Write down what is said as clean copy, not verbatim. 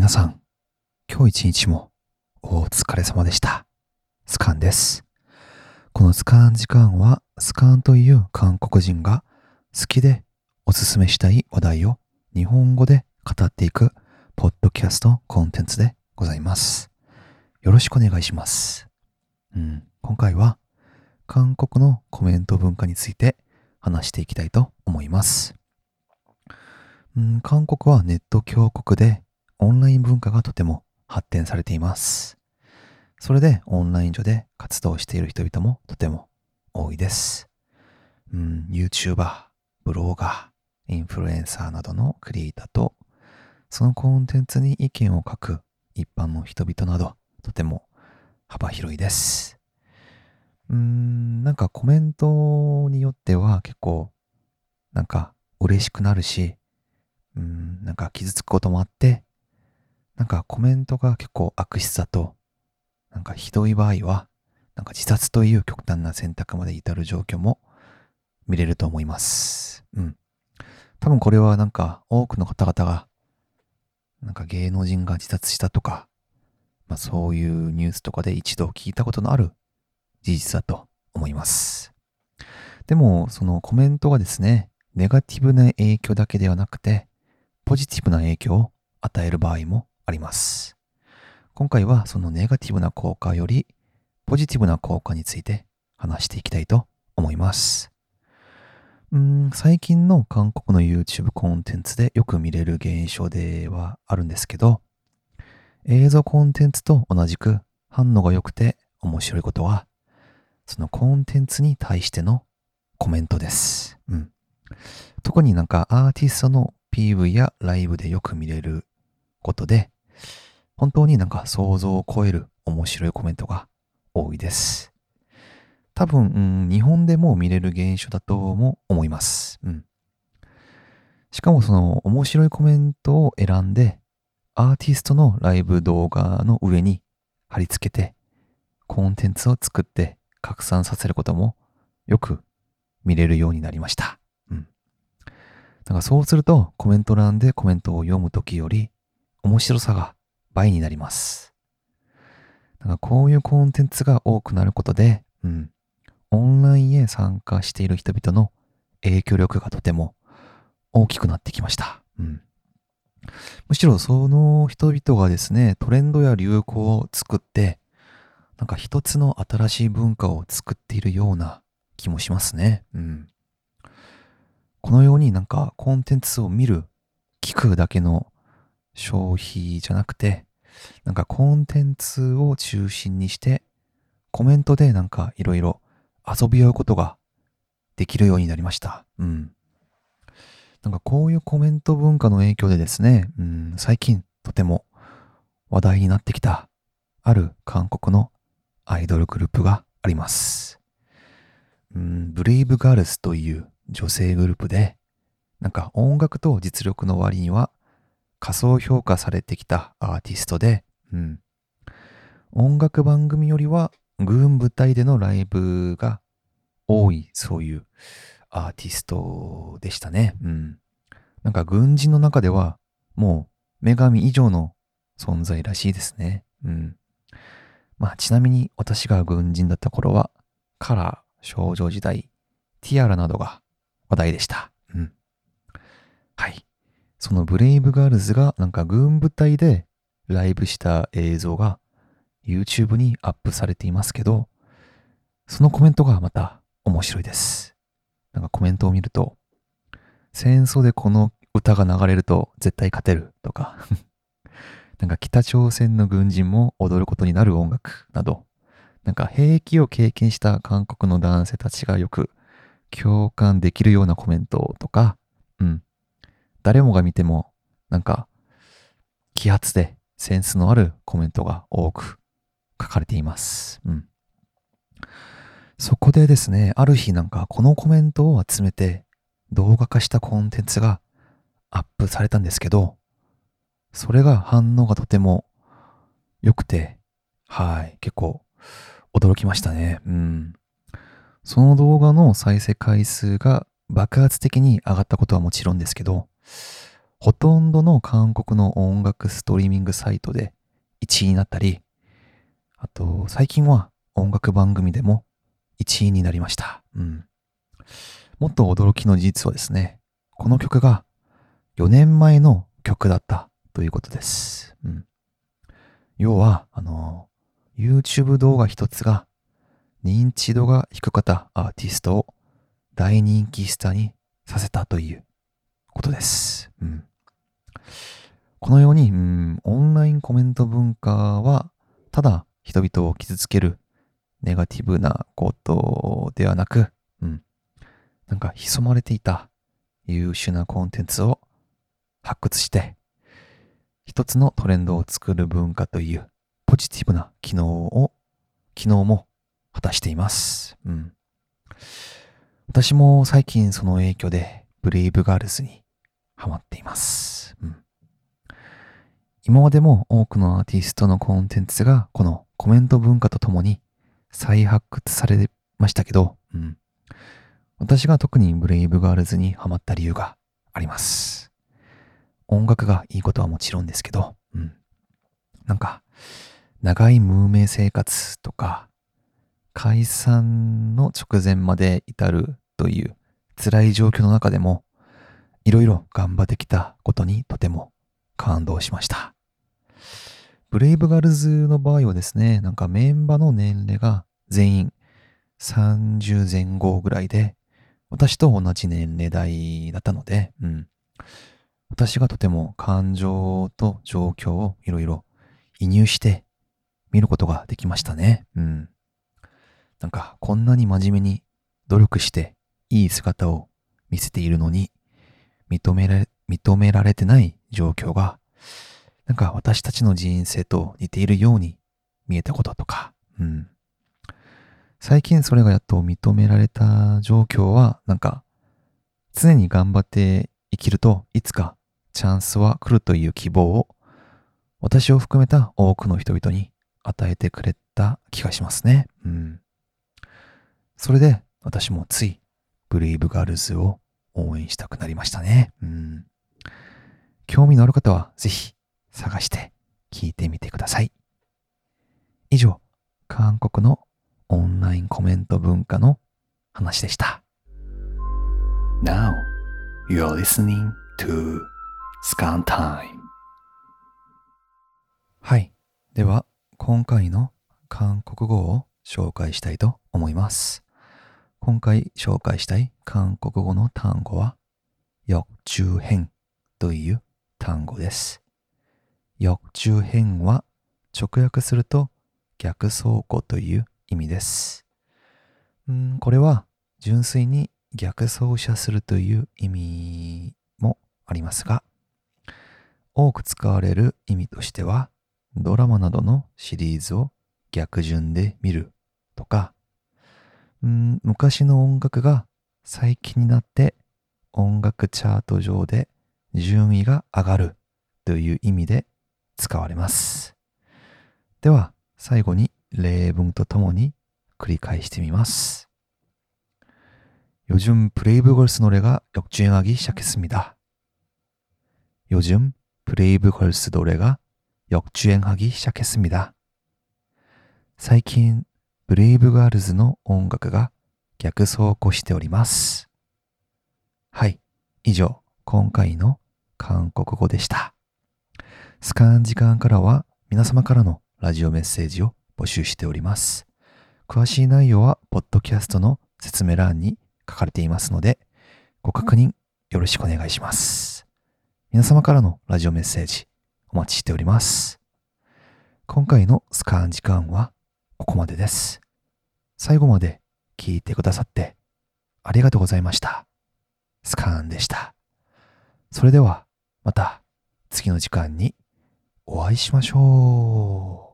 皆さん、今日一日もお疲れ様でした。スカンです。このスカン時間は、スカンという韓国人が好きでおすすめしたい話題を日本語で語っていくポッドキャストコンテンツでございます。よろしくお願いします。今回は韓国のコメント文化について話していきたいと思います。韓国はネット強国でオンライン文化がとても発展されています。それでオンライン上で活動している人々もとても多いです。YouTuber、ブロガー、インフルエンサーなどのクリエイターと、そのコンテンツに意見を書く一般の人々など、とても幅広いです。なんかコメントによっては結構、なんか嬉しくなるし、なんか傷つくこともあって、なんかコメントが結構悪質だと、なんかひどい場合は、なんか自殺という極端な選択まで至る状況も見れると思います。多分これはなんか多くの方々が、なんか芸能人が自殺したとか、そういうニュースとかで一度聞いたことのある事実だと思います。でも、そのコメントがですね、ネガティブな影響だけではなくて、ポジティブな影響を与える場合もあります。今回はそのネガティブな効果よりポジティブな効果について話していきたいと思います。最近の韓国の YouTube コンテンツでよく見れる現象ではあるんですけど、映像コンテンツと同じく反応が良くて面白いことは、そのコンテンツに対してのコメントです。特になんかアーティストの PV やライブでよく見れることで、本当になんか想像を超える面白いコメントが多いです。多分、日本でも見れる現象だとも思います。しかもその面白いコメントを選んで、アーティストのライブ動画の上に貼り付けて、コンテンツを作って拡散させることもよく見れるようになりました。だからそうするとコメント欄でコメントを読むときより面白さが倍になります。だからこういうコンテンツが多くなることで、オンラインへ参加している人々の影響力がとても大きくなってきました。むしろその人々がですね、トレンドや流行を作って、なんか一つの新しい文化を作っているような気もしますね。このようになんかコンテンツを見る、聞くだけの消費じゃなくて、なんかコンテンツを中心にして、コメントでなんかいろいろ遊び合うことができるようになりました。なんかこういうコメント文化の影響でですね、最近とても話題になってきたある韓国のアイドルグループがあります。ブレイブガールズという女性グループで、なんか音楽と実力の割には仮想評価されてきたアーティストで、音楽番組よりは軍舞台でのライブが多い、そういうアーティストでしたね。なんか軍人の中ではもう女神以上の存在らしいですね。ちなみに私が軍人だった頃はカラー、少女時代、ティアラなどが話題でした。はい。そのブレイブガールズがなんか軍部隊でライブした映像が YouTube にアップされていますけど、そのコメントがまた面白いです。なんかコメントを見ると、戦争でこの歌が流れると絶対勝てるとか、なんか北朝鮮の軍人も踊ることになる音楽など、なんか兵役を経験した韓国の男性たちがよく共感できるようなコメントとか、誰もが見てもなんか揮発でセンスのあるコメントが多く書かれています。そこでですね、ある日なんかこのコメントを集めて動画化したコンテンツがアップされたんですけど、それが反応がとても良くて、結構驚きましたね。その動画の再生回数が爆発的に上がったことはもちろんですけど、 ほとんどの韓国の音楽ストリーミングサイトで1位になったり、あと最近は音楽番組でも1位になりました。もっと驚きの事実はですね、この曲が4年前の曲だったということです。要は、YouTube 動画一つが認知度が低かったアーティストを大人気スターにさせたということです。このように、オンラインコメント文化はただ人々を傷つけるネガティブなことではなく、なんか潜まれていた優秀なコンテンツを発掘して一つのトレンドを作る文化というポジティブな機能も果たしています。私も最近その影響でブレイブガールズにハマっています。今までも多くのアーティストのコンテンツがこのコメント文化とともに再発掘されましたけど、私が特にブレイブガールズにハマった理由があります。音楽がいいことはもちろんですけど、なんか長い無名生活とか解散の直前まで至るという辛い状況の中でもいろいろ頑張ってきたことにとても感動しました。ブレイブガールズの場合はですね、なんかメンバーの年齢が全員30前後ぐらいで、私と同じ年齢代だったので、私がとても感情と状況をいろいろ移入して見ることができましたね。なんかこんなに真面目に努力していい姿を見せているのに認められてない状況がなんか私たちの人生と似ているように見えたこととか、最近それがやっと認められた状況はなんか常に頑張って生きるといつかチャンスは来るという希望を私を含めた多くの人々に与えてくれた気がしますね。それで私もついブレイブガールズを応援したくなりましたね。興味のある方はぜひ探して聞いてみてください。以上、韓国のオンラインコメント文化の話でした。Now, you are listening to Scan Time. はい。では、今回の韓国語を紹介したいと思います。今回紹介したい韓国語の単語は、역주행という単語です。역주행は直訳すると逆走行という意味です。これは純粋に逆走車するという意味もありますが、多く使われる意味としては、ドラマなどのシリーズを逆順で見るとか、昔の音楽が最近になって音楽チャート上で順位が上がるという意味で使われます。では最後に例文とともに繰り返してみます。요즘 브레이브걸스 노래가 역주행하기 시작했습니다. 요즘 브레이브걸스 노래가 역주행하기 시작했습니다. 最近ブレイブガールズの音楽が逆走行しております。はい、以上、今回の韓国語でした。スカン時間からは皆様からのラジオメッセージを募集しております。詳しい内容はポッドキャストの説明欄に書かれていますので、ご確認よろしくお願いします。皆様からのラジオメッセージお待ちしております。今回のスカン時間はここまでです。最後まで聞いてくださってありがとうございました。スカンでした。それではまた次の時間にお会いしましょう。